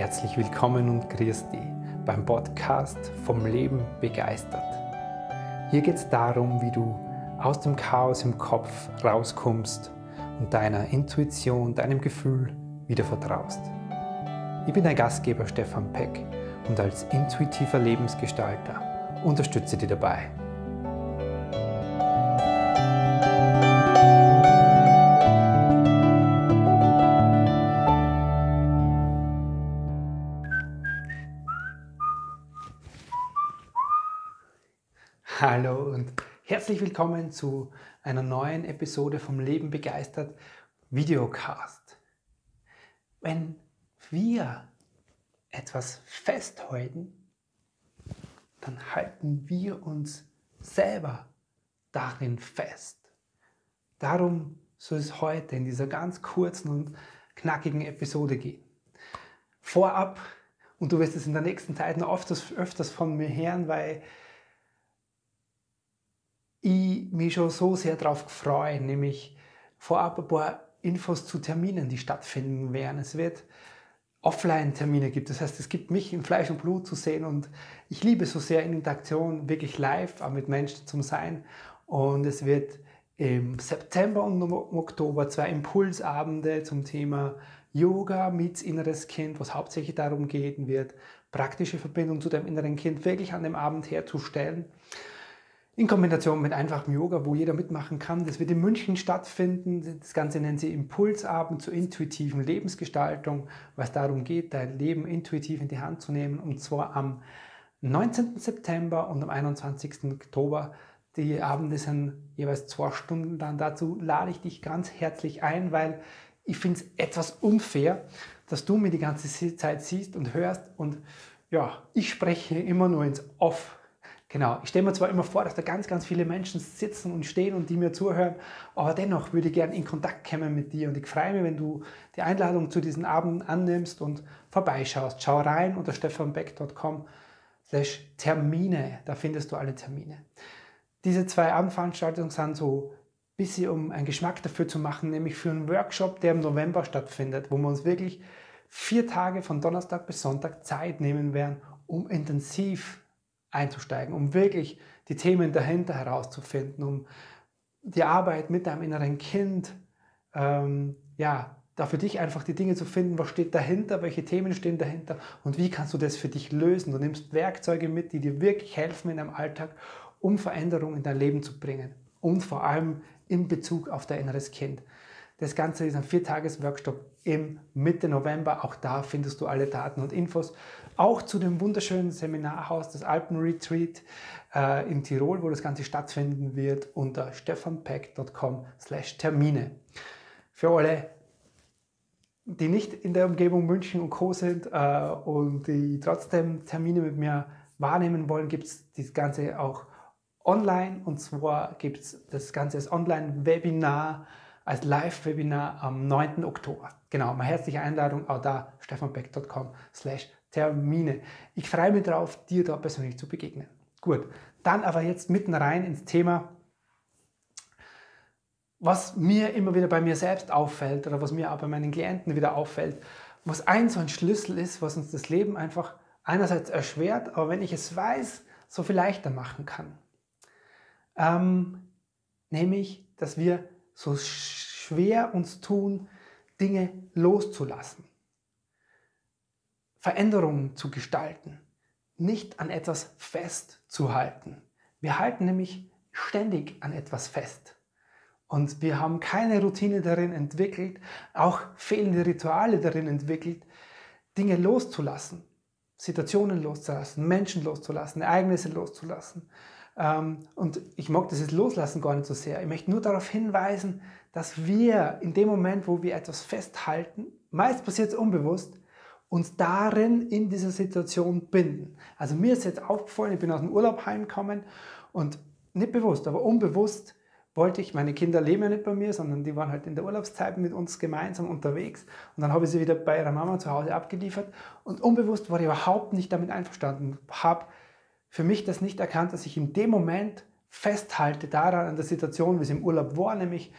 Herzlich willkommen und grüß dich beim Podcast Vom Leben begeistert. Hier geht es darum, wie du aus dem Chaos im Kopf rauskommst und deiner Intuition, deinem Gefühl wieder vertraust. Ich bin dein Gastgeber Stefan Peck und als intuitiver Lebensgestalter unterstütze dich dabei. Hallo und herzlich willkommen zu einer neuen Episode vom Leben begeistert Videocast. Wenn wir etwas festhalten, dann halten wir uns selber darin fest. Darum soll es heute in dieser ganz kurzen und knackigen Episode gehen. Vorab, und du wirst es in der nächsten Zeit noch öfters von mir hören, weil ich mich schon so sehr darauf freue, nämlich vorab ein paar Infos zu Terminen, die stattfinden werden. Es wird Offline-Termine gibt, das heißt, es gibt mich in Fleisch und Blut zu sehen und ich liebe so sehr in Interaktion, wirklich live, auch mit Menschen zum Sein. Und es wird im September und im Oktober 2 Impulsabende zum Thema Yoga mit inneres Kind, was hauptsächlich darum gehen wird, praktische Verbindung zu deinem inneren Kind wirklich an dem Abend herzustellen. In Kombination mit einfachem Yoga, wo jeder mitmachen kann. Das wird in München stattfinden. Das Ganze nennen sie Impulsabend zur intuitiven Lebensgestaltung, was darum geht, dein Leben intuitiv in die Hand zu nehmen. Und zwar am 19. September und am 21. Oktober. Die Abende sind jeweils 2 Stunden lang. Dazu lade ich dich ganz herzlich ein, weil ich finde es etwas unfair, dass du mir die ganze Zeit siehst und hörst. Und ja, ich spreche immer nur ins Off. Genau, ich stelle mir zwar immer vor, dass da ganz, ganz viele Menschen sitzen und stehen und die mir zuhören, aber dennoch würde ich gerne in Kontakt kommen mit dir und ich freue mich, wenn du die Einladung zu diesen Abenden annimmst und vorbeischaust. Schau rein unter stefanbeck.com/Termine, da findest du alle Termine. Diese 2 Abendveranstaltungen sind so ein bisschen, um einen Geschmack dafür zu machen, nämlich für einen Workshop, der im November stattfindet, wo wir uns wirklich 4 Tage von Donnerstag bis Sonntag Zeit nehmen werden, um intensiv einzusteigen, um wirklich die Themen dahinter herauszufinden, um die Arbeit mit deinem inneren Kind, da für dich einfach die Dinge zu finden, was steht dahinter, welche Themen stehen dahinter und wie kannst du das für dich lösen. Du nimmst Werkzeuge mit, die dir wirklich helfen in deinem Alltag, um Veränderungen in dein Leben zu bringen und vor allem in Bezug auf dein inneres Kind. Das Ganze ist ein 4-Tages-Workshop im Mitte November. Auch da findest du alle Daten und Infos. Auch zu dem wunderschönen Seminarhaus, das Alpenretreat in Tirol, wo das Ganze stattfinden wird, unter stefanpeck.com/Termine. Für alle, die nicht in der Umgebung München und Co. sind und die trotzdem Termine mit mir wahrnehmen wollen, gibt es das Ganze auch online. Und zwar gibt es das Ganze als Online-Webinar, als Live-Webinar am 9. Oktober. Genau, meine herzliche Einladung, auch da stefanbeck.com/Termine. Ich freue mich darauf, dir da persönlich zu begegnen. Gut, dann aber jetzt mitten rein ins Thema, was mir immer wieder bei mir selbst auffällt oder was mir auch bei meinen Klienten wieder auffällt, was so ein Schlüssel ist, was uns das Leben einfach einerseits erschwert, aber wenn ich es weiß, so viel leichter machen kann. Nämlich, dass wir so schwer uns tun, Dinge loszulassen, Veränderungen zu gestalten, nicht an etwas festzuhalten. Wir halten nämlich ständig an etwas fest und wir haben keine Routine darin entwickelt, auch fehlende Rituale darin entwickelt, Dinge loszulassen, Situationen loszulassen, Menschen loszulassen, Ereignisse loszulassen. Und ich mag dieses Loslassen gar nicht so sehr. Ich möchte nur darauf hinweisen, dass wir in dem Moment, wo wir etwas festhalten, meist passiert es unbewusst, uns darin in dieser Situation binden. Also mir ist jetzt aufgefallen, ich bin aus dem Urlaub heimgekommen und nicht bewusst, aber unbewusst wollte ich, meine Kinder leben ja nicht bei mir, sondern die waren halt in der Urlaubszeit mit uns gemeinsam unterwegs und dann habe ich sie wieder bei ihrer Mama zu Hause abgeliefert und unbewusst war ich überhaupt nicht damit einverstanden, habe für mich das nicht erkannt, dass ich in dem Moment festhalte daran an der Situation, wie es im Urlaub war, nämlich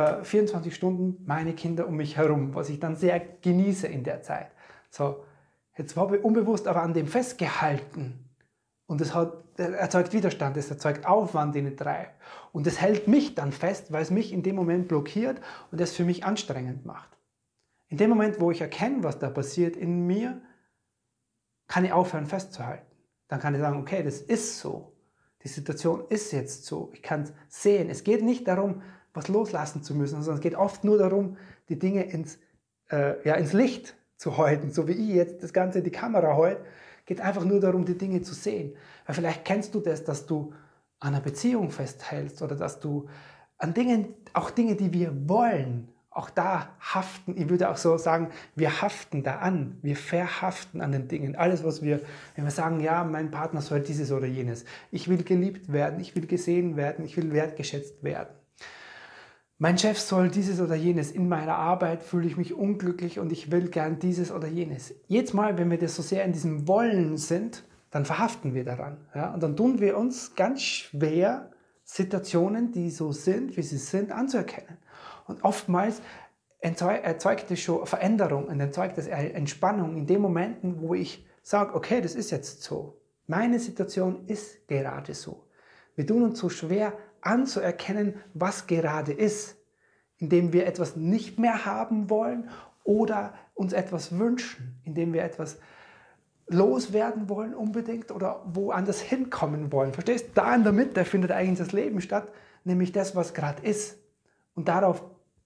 24 Stunden meine Kinder um mich herum, was ich dann sehr genieße in der Zeit. So, Jetzt habe ich unbewusst aber an dem festgehalten. Und das erzeugt Widerstand, das erzeugt Aufwand, den ich treibe. Und das hält mich dann fest, weil es mich in dem Moment blockiert und es für mich anstrengend macht. In dem Moment, wo ich erkenne, was da passiert in mir, kann ich aufhören festzuhalten. Dann kann ich sagen, okay, das ist so. Die Situation ist jetzt so. Ich kann es sehen. Es geht nicht darum, was loslassen zu müssen, sondern es geht oft nur darum, die Dinge ins Licht zu halten. So wie ich jetzt das Ganze in die Kamera halte, geht einfach nur darum, die Dinge zu sehen. Weil vielleicht kennst du das, dass du an einer Beziehung festhältst oder dass du an Dingen, auch Dinge, die wir wollen, auch da haften. Ich würde auch so sagen, wir haften da an. Wir verhaften an den Dingen. Alles, was wenn wir sagen, ja, mein Partner soll dieses oder jenes. Ich will geliebt werden, ich will gesehen werden, ich will wertgeschätzt werden. Mein Chef soll dieses oder jenes. In meiner Arbeit fühle ich mich unglücklich und ich will gern dieses oder jenes. Jedes Mal, wenn wir das so sehr in diesem Wollen sind, dann verhaften wir daran. Ja? Und dann tun wir uns ganz schwer, Situationen, die so sind, wie sie sind, anzuerkennen. Und oftmals erzeugt es schon Veränderung und erzeugt es Entspannung in den Momenten, wo ich sage, okay, das ist jetzt so. Meine Situation ist gerade so. Wir tun uns so schwer anzuerkennen, was gerade ist, indem wir etwas nicht mehr haben wollen oder uns etwas wünschen, indem wir etwas loswerden wollen unbedingt oder woanders hinkommen wollen. Verstehst? Da in der Mitte findet eigentlich das Leben statt, nämlich das, was gerade ist. Und darauf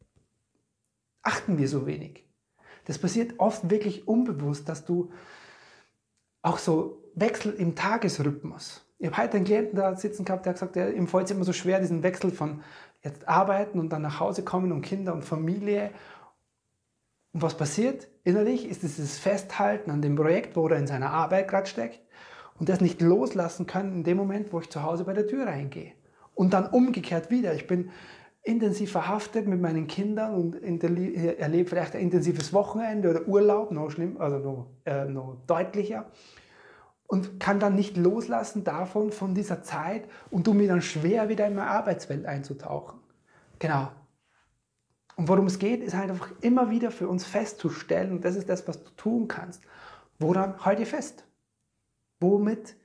achten wir so wenig. Das passiert oft wirklich unbewusst, dass du auch so Wechsel im Tagesrhythmus. Ich habe heute einen Klienten da sitzen gehabt, der hat gesagt, ihm fällt es immer so schwer, diesen Wechsel von jetzt arbeiten und dann nach Hause kommen und Kinder und Familie. Und was passiert innerlich, ist dieses Festhalten an dem Projekt, wo er in seiner Arbeit gerade steckt und das nicht loslassen können in dem Moment, wo ich zu Hause bei der Tür reingehe. Und dann umgekehrt wieder. Ich bin intensiv verhaftet mit meinen Kindern und erlebe vielleicht ein intensives Wochenende oder Urlaub, noch schlimm, also noch deutlicher. Und kann dann nicht loslassen davon, von dieser Zeit und tue mir dann schwer, wieder in meine Arbeitswelt einzutauchen. Genau. Und worum es geht, ist halt einfach immer wieder für uns festzustellen, und das ist das, was du tun kannst. Woran halte ich fest? Wo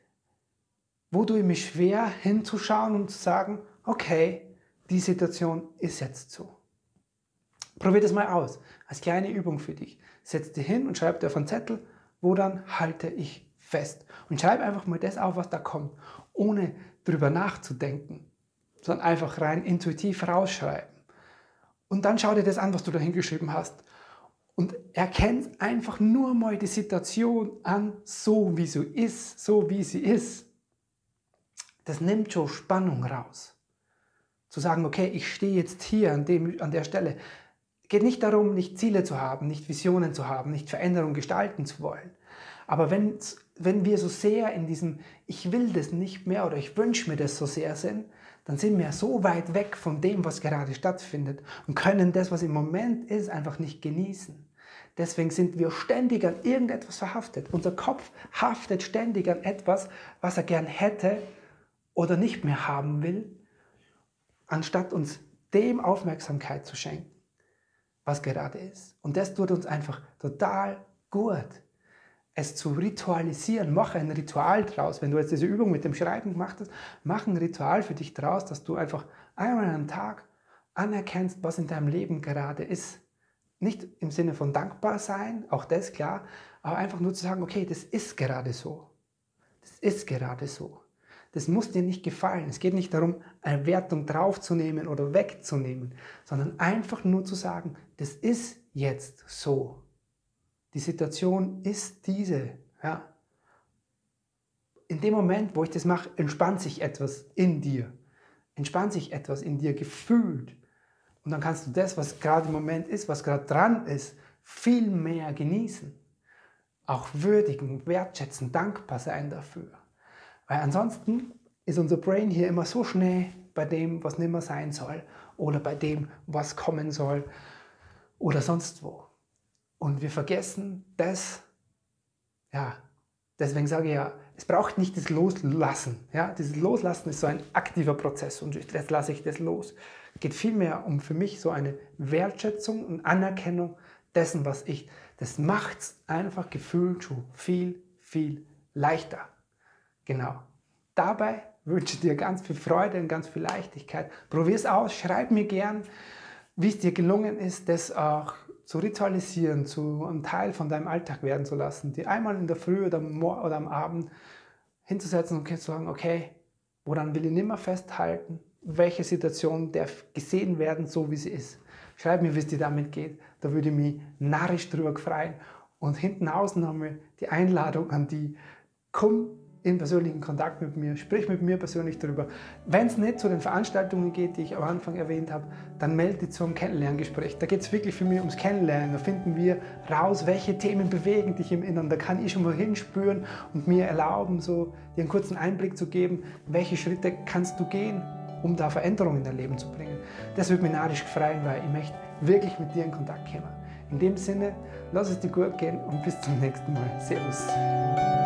tue ich mich schwer hinzuschauen und zu sagen, okay, die Situation ist jetzt so. Probier das mal aus, als kleine Übung für dich. Setz dich hin und schreib dir auf einen Zettel, woran halte ich fest. Und schreib einfach mal das auf, was da kommt, ohne drüber nachzudenken, sondern einfach rein intuitiv rausschreiben. Und dann schau dir das an, was du da hingeschrieben hast. Und erkenn einfach nur mal die Situation an, so wie sie ist. Das nimmt schon Spannung raus. Zu sagen, okay, ich stehe jetzt hier an der Stelle. Es geht nicht darum, nicht Ziele zu haben, nicht Visionen zu haben, nicht Veränderung gestalten zu wollen. Aber wenn wir so sehr in diesem ich will das nicht mehr oder ich wünsche mir das so sehr sind, dann sind wir so weit weg von dem, was gerade stattfindet und können das, was im Moment ist, einfach nicht genießen. Deswegen sind wir ständig an irgendetwas verhaftet. Unser Kopf haftet ständig an etwas, was er gern hätte oder nicht mehr haben will, anstatt uns dem Aufmerksamkeit zu schenken, was gerade ist. Und das tut uns einfach total gut, es zu ritualisieren. Mach ein Ritual draus. Wenn du jetzt diese Übung mit dem Schreiben gemacht hast, mach ein Ritual für dich draus, dass du einfach einmal am Tag anerkennst, was in deinem Leben gerade ist. Nicht im Sinne von dankbar sein, auch das klar, aber einfach nur zu sagen, okay, das ist gerade so. Das ist gerade so. Das muss dir nicht gefallen. Es geht nicht darum, eine Wertung draufzunehmen oder wegzunehmen, sondern einfach nur zu sagen, das ist jetzt so. Die Situation ist diese. Ja. In dem Moment, wo ich das mache, entspannt sich etwas in dir. Entspannt sich etwas in dir gefühlt. Und dann kannst du das, was gerade im Moment ist, was gerade dran ist, viel mehr genießen. Auch würdigen, wertschätzen, dankbar sein dafür. Weil ansonsten ist unser Brain hier immer so schnell bei dem, was nicht mehr sein soll oder bei dem, was kommen soll oder sonst wo. Und wir vergessen das, ja, deswegen sage ich ja, es braucht nicht das Loslassen. Ja? Dieses Loslassen ist so ein aktiver Prozess und jetzt lasse ich das los. Es geht vielmehr um für mich so eine Wertschätzung und Anerkennung dessen, was ich Das macht es einfach gefühlt schon viel, viel leichter. Genau. Dabei wünsche ich dir ganz viel Freude und ganz viel Leichtigkeit. Probier es aus, schreib mir gern, wie es dir gelungen ist, das auch zu ritualisieren, zu einem Teil von deinem Alltag werden zu lassen, dir einmal in der Früh oder am Abend hinzusetzen und zu sagen, okay, woran will ich nicht mehr festhalten? Welche Situation darf gesehen werden, so wie sie ist? Schreib mir, wie es dir damit geht. Da würde ich mich narrisch drüber freuen. Und hinten außen nochmal die Einladung an die, komm in persönlichen Kontakt mit mir, sprich mit mir persönlich darüber. Wenn es nicht zu den Veranstaltungen geht, die ich am Anfang erwähnt habe, dann melde dich zum Kennenlerngespräch. Da geht es wirklich für mich ums Kennenlernen. Da finden wir raus, welche Themen bewegen dich im Inneren. Da kann ich schon mal hinspüren und mir erlauben, so dir einen kurzen Einblick zu geben, welche Schritte kannst du gehen, um da Veränderungen in dein Leben zu bringen. Das würde mich narrisch freuen, weil ich möchte wirklich mit dir in Kontakt kommen. In dem Sinne, lass es dir gut gehen und bis zum nächsten Mal. Servus.